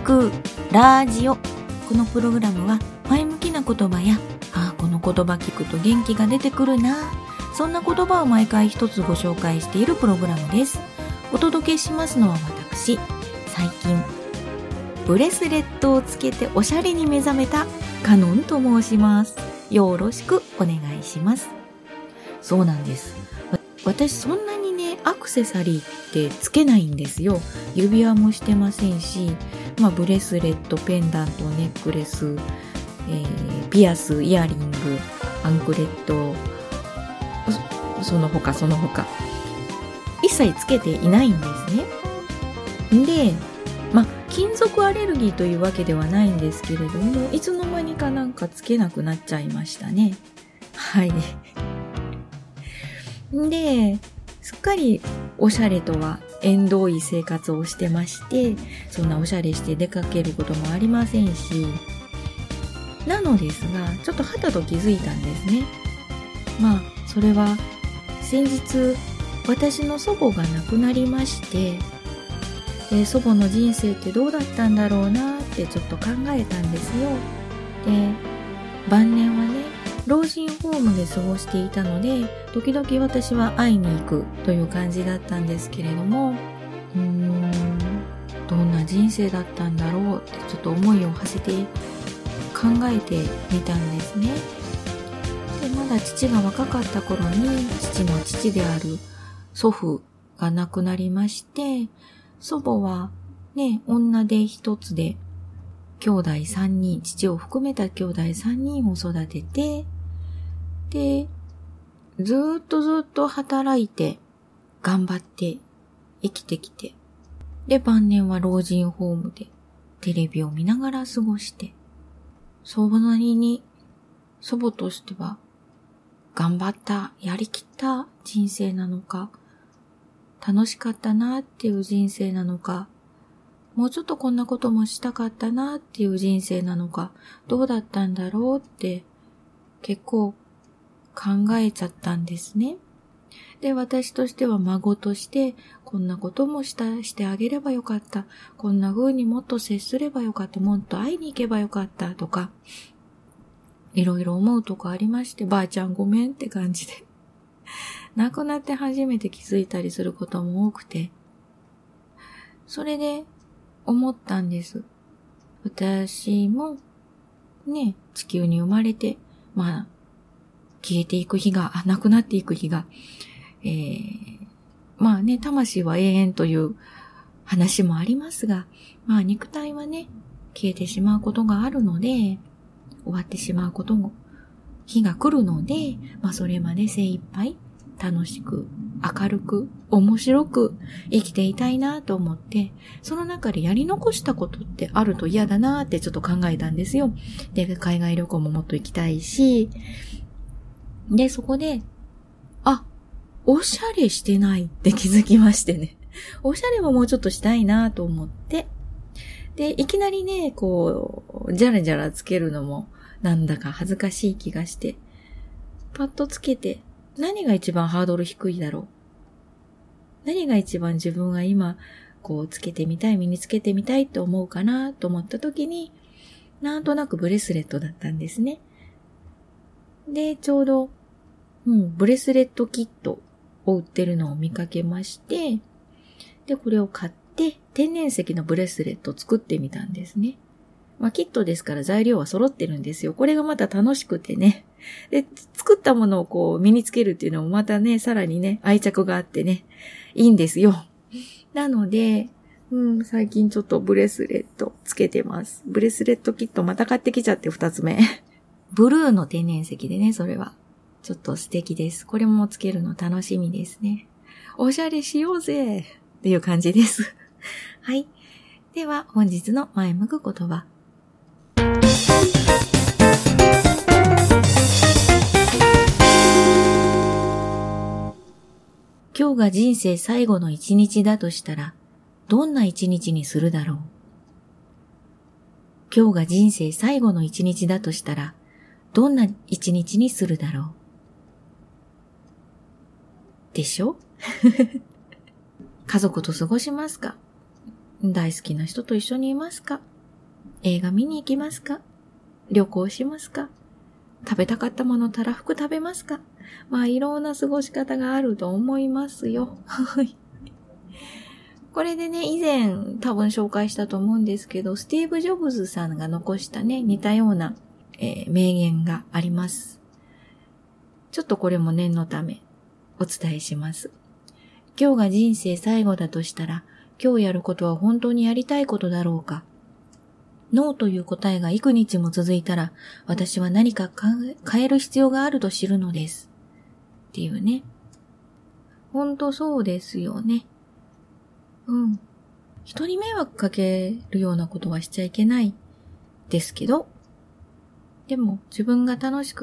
くラジオ。このプログラムは前向きな言葉やこの言葉聞くと元気が出てくるな、そんな言葉を毎回一つご紹介しているプログラムです。お届けしますのは私、最近ブレスレットをつけておしゃれに目覚めたカノンと申します。よろしくお願いします。そうなんです。私そんなにねアクセサリーってつけないんですよ。指輪もしてませんし、ブレスレット、ペンダント、ネックレス、ピアス、イヤリング、アンクレット、その他一切つけていないんですね。で、金属アレルギーというわけではないんですけれども、いつの間にかつけなくなっちゃいましたね。はい。で、すっかりおしゃれとは縁遠い生活をしてまして、そんなおしゃれして出かけることもありませんし、なのですが、ちょっとはたと気づいたんですね。それは先日私の祖母が亡くなりまして、祖母の人生ってどうだったんだろうなってちょっと考えたんですよ。で、晩年はね、老人ホームで過ごしていたので、時々私は会いに行くという感じだったんですけれども、どんな人生だったんだろうってちょっと思いを馳せて考えてみたんですね。で、まだ父が若かった頃に父の父である祖父が亡くなりまして、祖母はね、女手一つで兄弟3人、父を含めた兄弟3人を育てて、で、ずっと働いて、頑張って生きてきて、で、晩年は老人ホームでテレビを見ながら過ごして、それなりに祖母としては頑張った、やりきった人生なのか、楽しかったなっていう人生なのか、もうちょっとこんなこともしたかったなっていう人生なのか、どうだったんだろうって結構考えちゃったんですね。で、私としては孫としてこんなこともしてあげればよかった。こんな風にもっと接すればよかった。もっと会いに行けばよかったとか、いろいろ思うとこありまして、ばあちゃんごめんって感じで。亡くなって初めて気づいたりすることも多くて、それで思ったんです。私もね、地球に生まれて、消えていく日が、なくなっていく日が、魂は永遠という話もありますが、肉体はね、消えてしまうことがあるので、終わってしまうことも、日が来るので、それまで精一杯、楽しく、明るく、面白く生きていたいなと思って、その中でやり残したことってあると嫌だなってちょっと考えたんですよ。で、海外旅行ももっと行きたいし、で、そこで、おしゃれしてないって気づきましてね。おしゃれはもうちょっとしたいなと思って、で、いきなりね、じゃらじゃらつけるのもなんだか恥ずかしい気がして、パッとつけて、何が一番ハードル低いだろう。何が一番自分が今、つけてみたい、身につけてみたいと思うかなと思った時に、なんとなくブレスレットだったんですね。で、ちょうど、ブレスレットキットを売ってるのを見かけまして、で、これを買って、天然石のブレスレットを作ってみたんですね。キットですから材料は揃ってるんですよ。これがまた楽しくてね。で、作ったものを身につけるっていうのもまたね、さらにね、愛着があってね、いいんですよ。なので、最近ちょっとブレスレットつけてます。ブレスレットキットまた買ってきちゃって2つ目。ブルーの天然石でね、それは。ちょっと素敵です。これもつけるの楽しみですね。おしゃれしようぜっていう感じです。はい。では、本日の前向く言葉。今日が人生最後の一日だとしたら、どんな一日にするだろう。今日が人生最後の一日だとしたら、どんな一日にするだろう。でしょ？家族と過ごしますか？大好きな人と一緒にいますか？ 映画見に行きますか？旅行しますか？食べたかったものたらふく食べますか？まあいろんな過ごし方があると思いますよ。これでね、以前多分紹介したと思うんですけど、スティーブ・ジョブズさんが残したね、似たような、名言があります。ちょっとこれも念のためお伝えします。今日が人生最後だとしたら、今日やることは本当にやりたいことだろうか。ノーという答えが幾日も続いたら、私は何か変える必要があると知るのです。っていうね。本当そうですよね。人に迷惑かけるようなことはしちゃいけないですけど、でも自分が楽しく、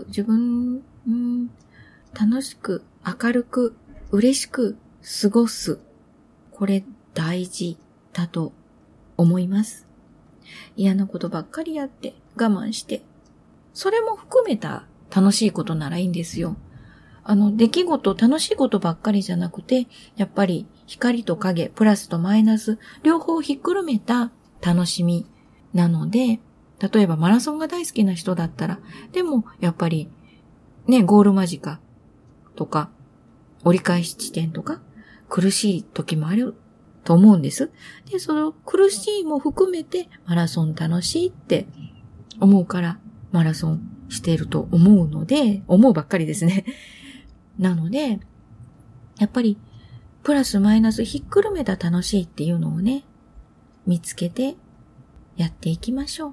楽しく、明るく、嬉しく過ごす。これ大事だと思います。嫌なことばっかりやって我慢して、それも含めた楽しいことならいいんですよ。出来事、楽しいことばっかりじゃなくて、やっぱり光と影、プラスとマイナス、両方ひっくるめた楽しみなので、例えばマラソンが大好きな人だったら、でもやっぱりね、ゴール間近とか、折り返し地点とか、苦しい時もあると思うんです。で、その苦しいも含めてマラソン楽しいって思うからマラソンしていると思うので、思うばっかりですね。なので、やっぱりプラスマイナスひっくるめた楽しいっていうのをね、見つけてやっていきましょう。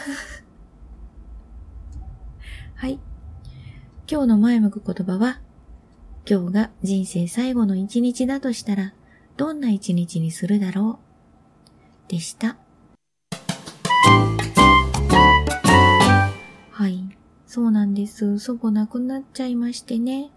はい。今日の前向く言葉は、今日が人生最後の一日だとしたら、どんな一日にするだろうでした。はい。そうなんです。祖母亡くなっちゃいましてね。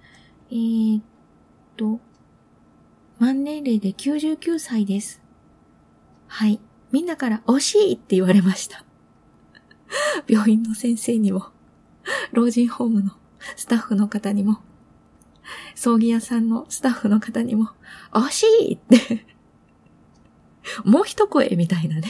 満年齢で99歳です。はい。みんなから惜しいって言われました。病院の先生にも、老人ホームのスタッフの方にも、葬儀屋さんのスタッフの方にも、惜しいってもう一声みたいなね。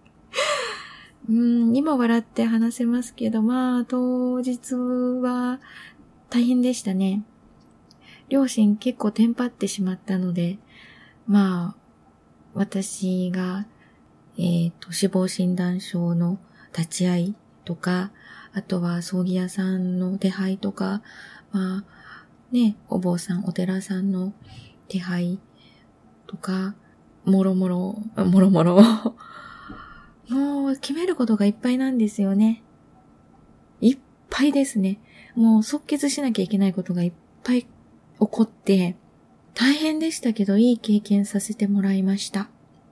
今笑って話せますけど、まあ、当日は大変でしたね。両親結構テンパってしまったので、まあ、私が、死亡診断書の立ち会いとか、あとは葬儀屋さんの手配とか、まあ、ね、お坊さん、お寺さんの手配とか、もろもろ、もう決めることがいっぱいなんですよね。いっぱいですね。もう即決しなきゃいけないことがいっぱい起こって、大変でしたけど、いい経験させてもらいました。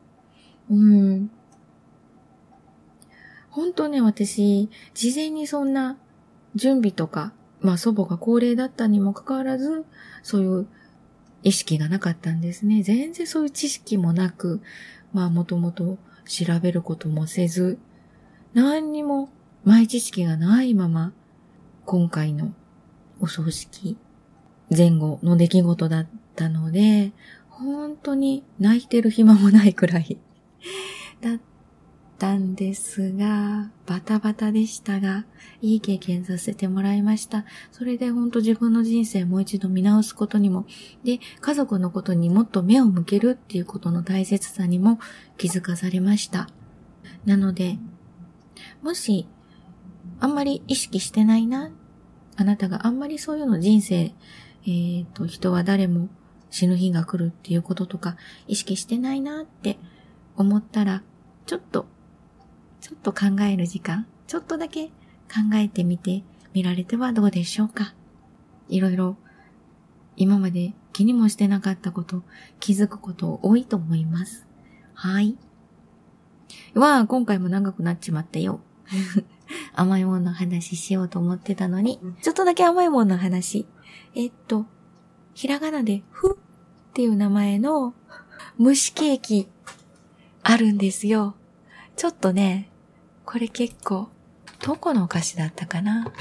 本当ね、私、事前にそんな準備とか、まあ祖母が高齢だったにもかかわらず、そういう意識がなかったんですね。全然そういう知識もなく、まあもともと調べることもせず、何にも前知識がないまま、今回のお葬式前後の出来事だったので、本当に泣いてる暇もないくらいだったんですが、バタバタでしたが、いい経験させてもらいました。それで本当自分の人生もう一度見直すことにも、で、家族のことにもっと目を向けるっていうことの大切さにも気づかされました。なので、もし、あんまり意識してないな、あなたがあんまりそういうの人生、人は誰も死ぬ日が来るっていうこととか意識してないなって思ったら、ちょっと考える時間、ちょっとだけ考えてみてみられてはどうでしょうか。いろいろ今まで気にもしてなかったこと、気づくこと多いと思います。はい。今回も長くなっちまったよ。甘いものの話しようと思ってたのに、ちょっとだけ甘いものの話。ひらがなでふっていう名前の蒸しケーキあるんですよ。ちょっとね、これ結構、どこのお菓子だったかな？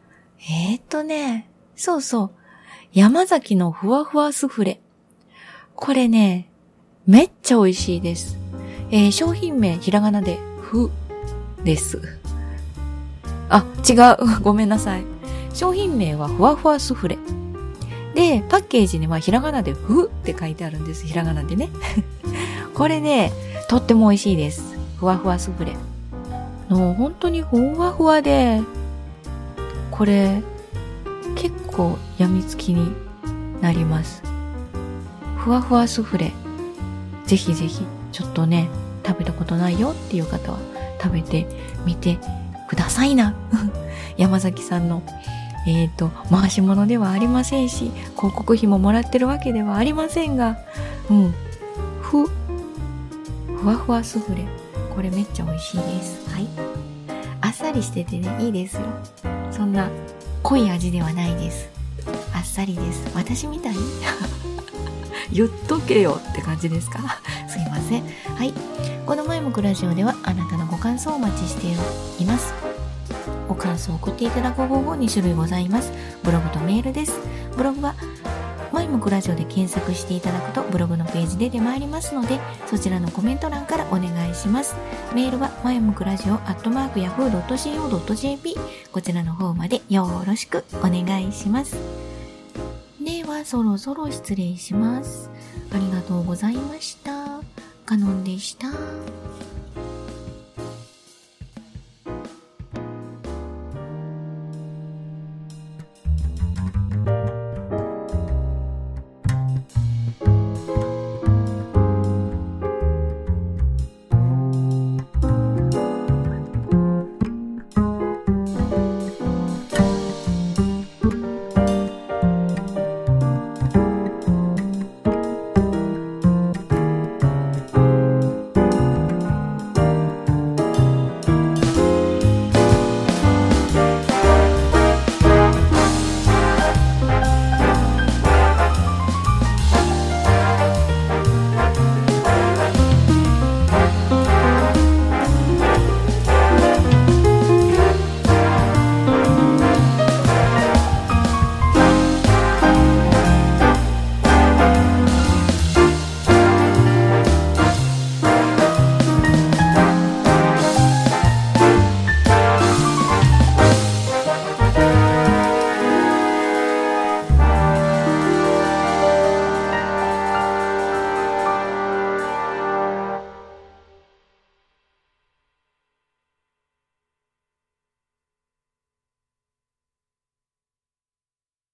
そうそう。山崎のふわふわスフレ。 これね、めっちゃ美味しいです。商品名、ひらがなで、ふです。あ、違う。ごめんなさい。商品名はふわふわスフレ。で、パッケージにはひらがなでふって書いてあるんです。ひらがなでね。これね、とっても美味しいです。ふわふわスフレ。本当にふわふわで、これ、結構やみつきになります。ふわふわスフレ。ぜひぜひ、ちょっとね、食べたことないよっていう方は食べてみてくださいな。山崎さんの、回し物ではありませんし、広告費ももらってるわけではありませんが、ふわふわスフレ。これめっちゃ美味しいです。はい。あっさりしててね、いいですよ。そんな濃い味ではないです。あっさりです。私みたいに言っとけよって感じですか？すいません。はい。この前もクラジオではあなたのご感想をお待ちしています。ご感想を送っていただく方法2種類ございます。ブログとメールです。ブログは前もクラジオで検索していただくとブログのページで出回りますので、そちらのコメント欄からお願いします。メールは前もクラジオ@yahoo.co.jp こちらの方までよろしくお願いします。ではそろそろ失礼します。ありがとうございました。カノンでした。